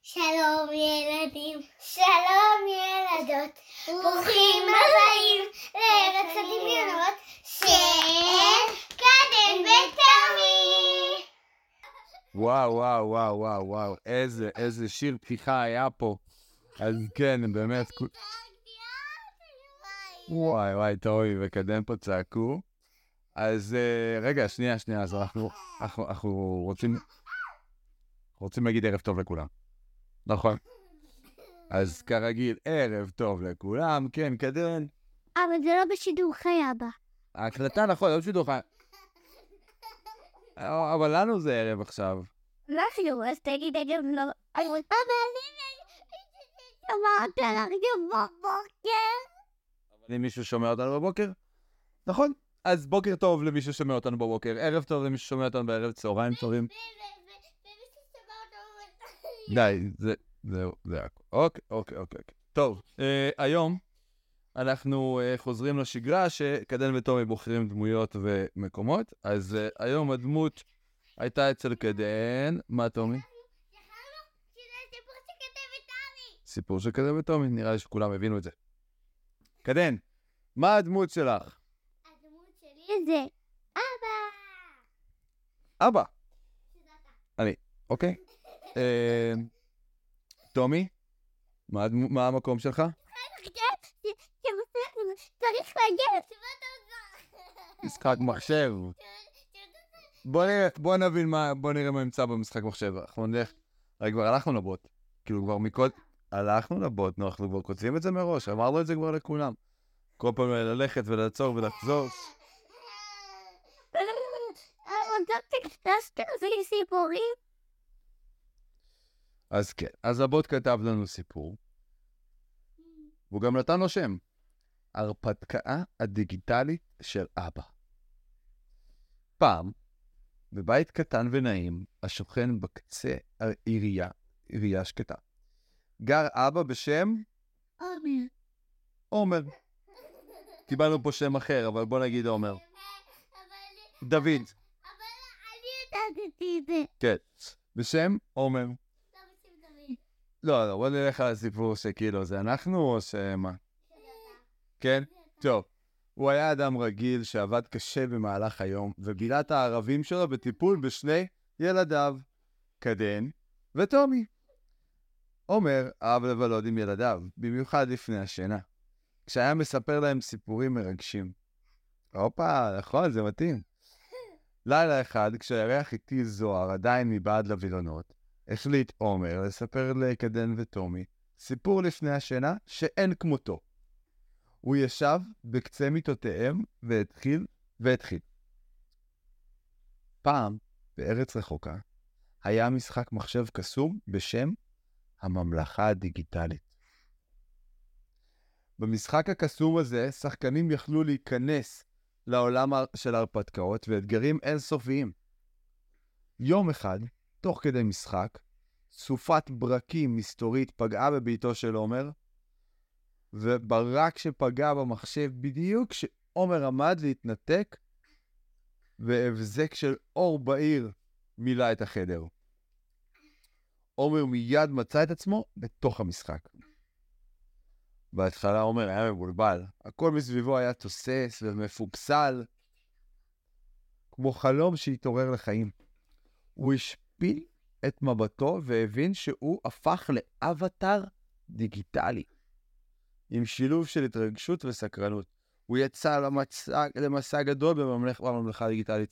שלום ילדים, שלום ילדות, ברוכים הבאים לארץ הדמיונות של קדם ותומי. וואו, וואו, וואו, וואו, וואו, איזה שיר פתיחה היה פה. אז כן, באמת. וואי, וואי, טומי וקדם פה צעקו. אז רגע, שנייה, אז אנחנו רוצים להגיד ערב טוב לכולם. נכון. אז כרגיל, ערב טוב לכולם, כן, קדם. אבל זה לא בשידור חי, אבא. ההקלטה, נכון, לא בשידור חי. אבל לנו זה ערב עכשיו. לא חשוב, אז תגיד ערב לא. אבל אמרת לך בבוקר. אם מישהו שומע אותנו בבוקר? נכון. אז בוקר טוב למי ששומע אותנו בבוקר, ערב טוב למי ששומע אותנו בערב, צהריים טובים. די, זהו, זה הכל. אוקיי. טוב, היום אנחנו חוזרים לשגרה שקדן וטומי בוחרים דמויות ומקומות. אז היום הדמות הייתה אצל קדן. מה, טומי? סיפור של קדן וטומי, נראה לי שכולם הבינו את זה. קדן, מה הדמות שלך? הדמות שלי זה אבא. אבא. אני, אוקיי. טומי, מה המקום שלך? צריך להגיע. משחק מחשב. בוא נראה מה נמצא במשחק מחשב. אנחנו נלך, כבר הלכנו לבוט. כאילו כבר הלכנו לבוט, אנחנו כבר כותבים את זה מראש, אמרנו את זה כבר לכולם. כל פעם ללכת ולעצור ולחזור. אז כן, אז הבוט כתב לנו סיפור, והוא גם נתן לו שם, הרפתקה הדיגיטלית של אבא. פעם, בבית קטן ונעים, השוכן בקצה עירייה שקטה, גר אבא בשם עומר. קיבלנו פה שם אחר, אבל בוא נגיד עומר. דוד. אבל אני ידעתי את זה. כן, בשם עומר. לא, בוא נלך על הסיפור שכאילו זה אנחנו או שמה? כן? טוב. הוא היה אדם רגיל שעבד קשה במהלך היום, ובילה את הערבים שלו בטיפול בשני ילדיו, קדן וטומי. עומר אהב לבלות עם ילדיו, במיוחד לפני השינה, כשהיה מספר להם סיפורים מרגשים. הופה, נכון, זה מתאים. לילה אחד, כשהירח הטיל זוהר עדיין מבעד לווילונות, החליט עומר לספר לקדן וטומי סיפור לפני השינה שאין כמותו. הוא ישב בקצה מיטותיהם והתחיל. פעם, בארץ רחוקה, היה משחק מחשב קסום בשם הממלכה הדיגיטלית. במשחק הקסום הזה, שחקנים יכלו להיכנס לעולם של הרפתקאות ואתגרים אינסופיים. יום אחד, תוך כדי משחק, סופת ברקים מסתורית פגעה בביתו של עומר, וברק שפגע במחשב בדיוק כשעומר עמד להתנתק, והבזק של אור בעיר מילא את החדר. עומר מיד מצא את עצמו בתוך המשחק. בהתחלה עומר היה מבולבל, הכל מסביבו היה תוסס ומפוקסל, כמו חלום שהתעורר לחיים. הוא השפיל את מבטו והבין שהוא הפך לאבטר דיגיטלי, עם שילוב של התרגשות וסקרנות. הוא יצא למסע גדול בממלכה הדיגיטלית.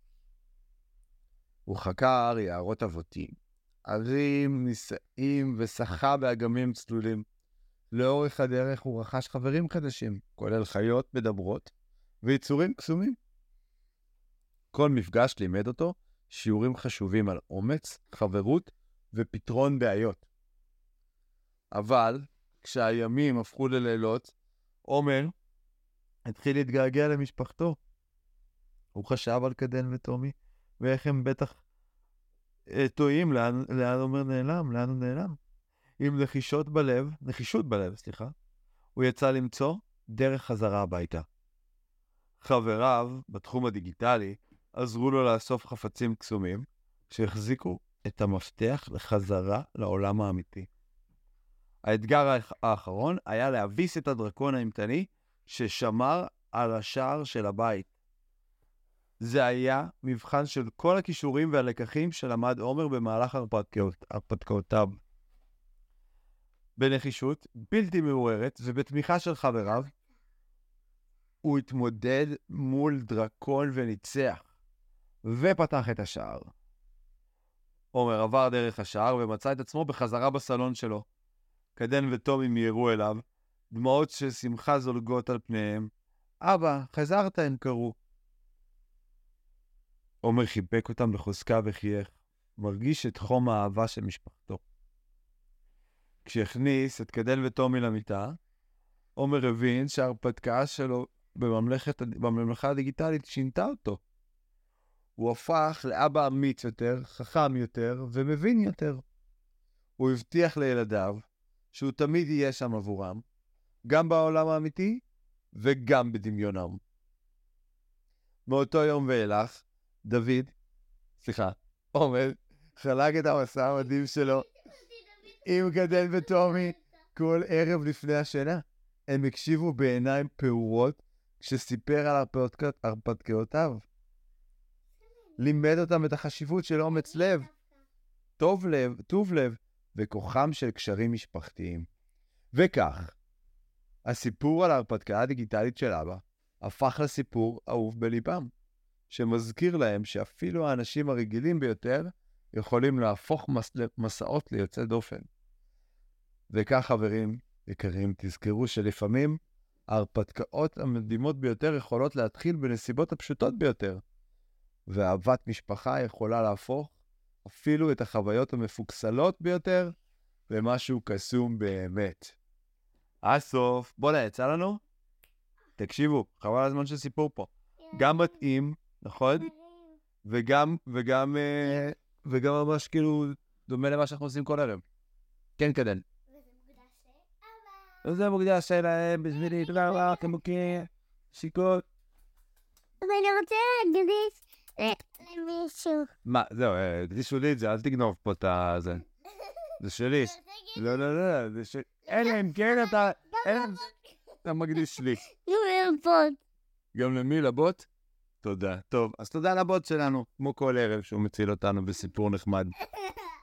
הוא חקר יערות אבותים, ערים, נישאים ושחה באגמים צלולים. לאורך הדרך הוא רכש חברים חדשים, כולל חיות מדברות ויצורים קסומים. כל מפגש לימד אותו שיעורים חשובים על אומץ, חברות ופתרון בעיות. אבל כשהימים הפכו ללילות, עומר התחיל להתגעגע למשפחתו. הוא חשב על קדן וטומי, ואיך הם בטח טועים לאן עומר נעלם, לאן הוא נעלם. עם נחישות בלב, הוא יצא למצוא דרך חזרה הביתה. חבריו בתחום הדיגיטלי עזרו לו לאסוף חפצים קסומים שהחזיקו את המפתח לחזרה לעולם האמיתי. האתגר האחרון היה להביס את הדרקון האימתני ששמר על השער של הבית. זה היה מבחן של כל הכישורים והלקחים שלמד עומר במהלך הרפתקאותיו. בנחישות בלתי מעוררת ובתמיכה של חבריו, הוא התמודד מול דרקון וניצח, ופתח את השער. עומר עבר דרך השער ומצא את עצמו בחזרה בסלון שלו. קדן וטומי מיירו אליו, דמעות של שמחה זולגות על פניהם. אבא, חזרת, הם קראו. עומר חיבק אותם בחוזקה וחייך, מרגיש את חום האהבה של משפחתו. כשהכניס את קדן וטומי למיטה, עומר הבין שההרפתקה שלו בממלכה הדיגיטלית שינתה אותו. הוא הפך לאבא אמיץ יותר, חכם יותר ומבין יותר. הוא הבטיח לילדיו שהוא תמיד יהיה שם עבורם, גם בעולם האמיתי וגם בדמיונם. מאותו יום ואילך, עומר, חלק את המסע המדהים שלו עם קדן וטומי כל ערב לפני השינה. הם הקשיבו בעיניים פעורות כשסיפר על הרפתקאותיו. לימד אותם את החשיבות של אומץ לב, טוב לב וכוחם של קשרים משפחתיים. וכך, הסיפור על ההרפתקה הדיגיטלית של אבא הפך לסיפור אהוב בליבם, שמזכיר להם שאפילו האנשים הרגילים ביותר יכולים להפוך מסעות ליוצא דופן. וכך, חברים יקרים, תזכרו שלפעמים ההרפתקאות המדהימות ביותר יכולות להתחיל בנסיבות הפשוטות ביותר, ואהבת משפחה יכולה להפוך אפילו את החוויות המפוקסלות ביותר למשהו קסום באמת. הסוף, בואו יצא לנו? תקשיבו, חבל הזמן של סיפור פה. גם מתאים, נכון? וגם ממש כאילו דומה למה שאנחנו עושים כל ערב. כן, קדן. וזה מוקדש שלהם בשבילי, תודה רבה, כמוקי, שיקות. אבל אני רוצה להקדיש למישהו. מה, זהו, תקדישו לי את זה, אל תגנוב פה את זה. זה שלי. לא, זה שלי. אלא אם כן אתה מקדיש לי. לבוט. גם למי? לבוט? תודה. טוב, אז תודה לבוט שלנו, כמו כל ערב שהוא מציל אותנו בסיפור נחמד.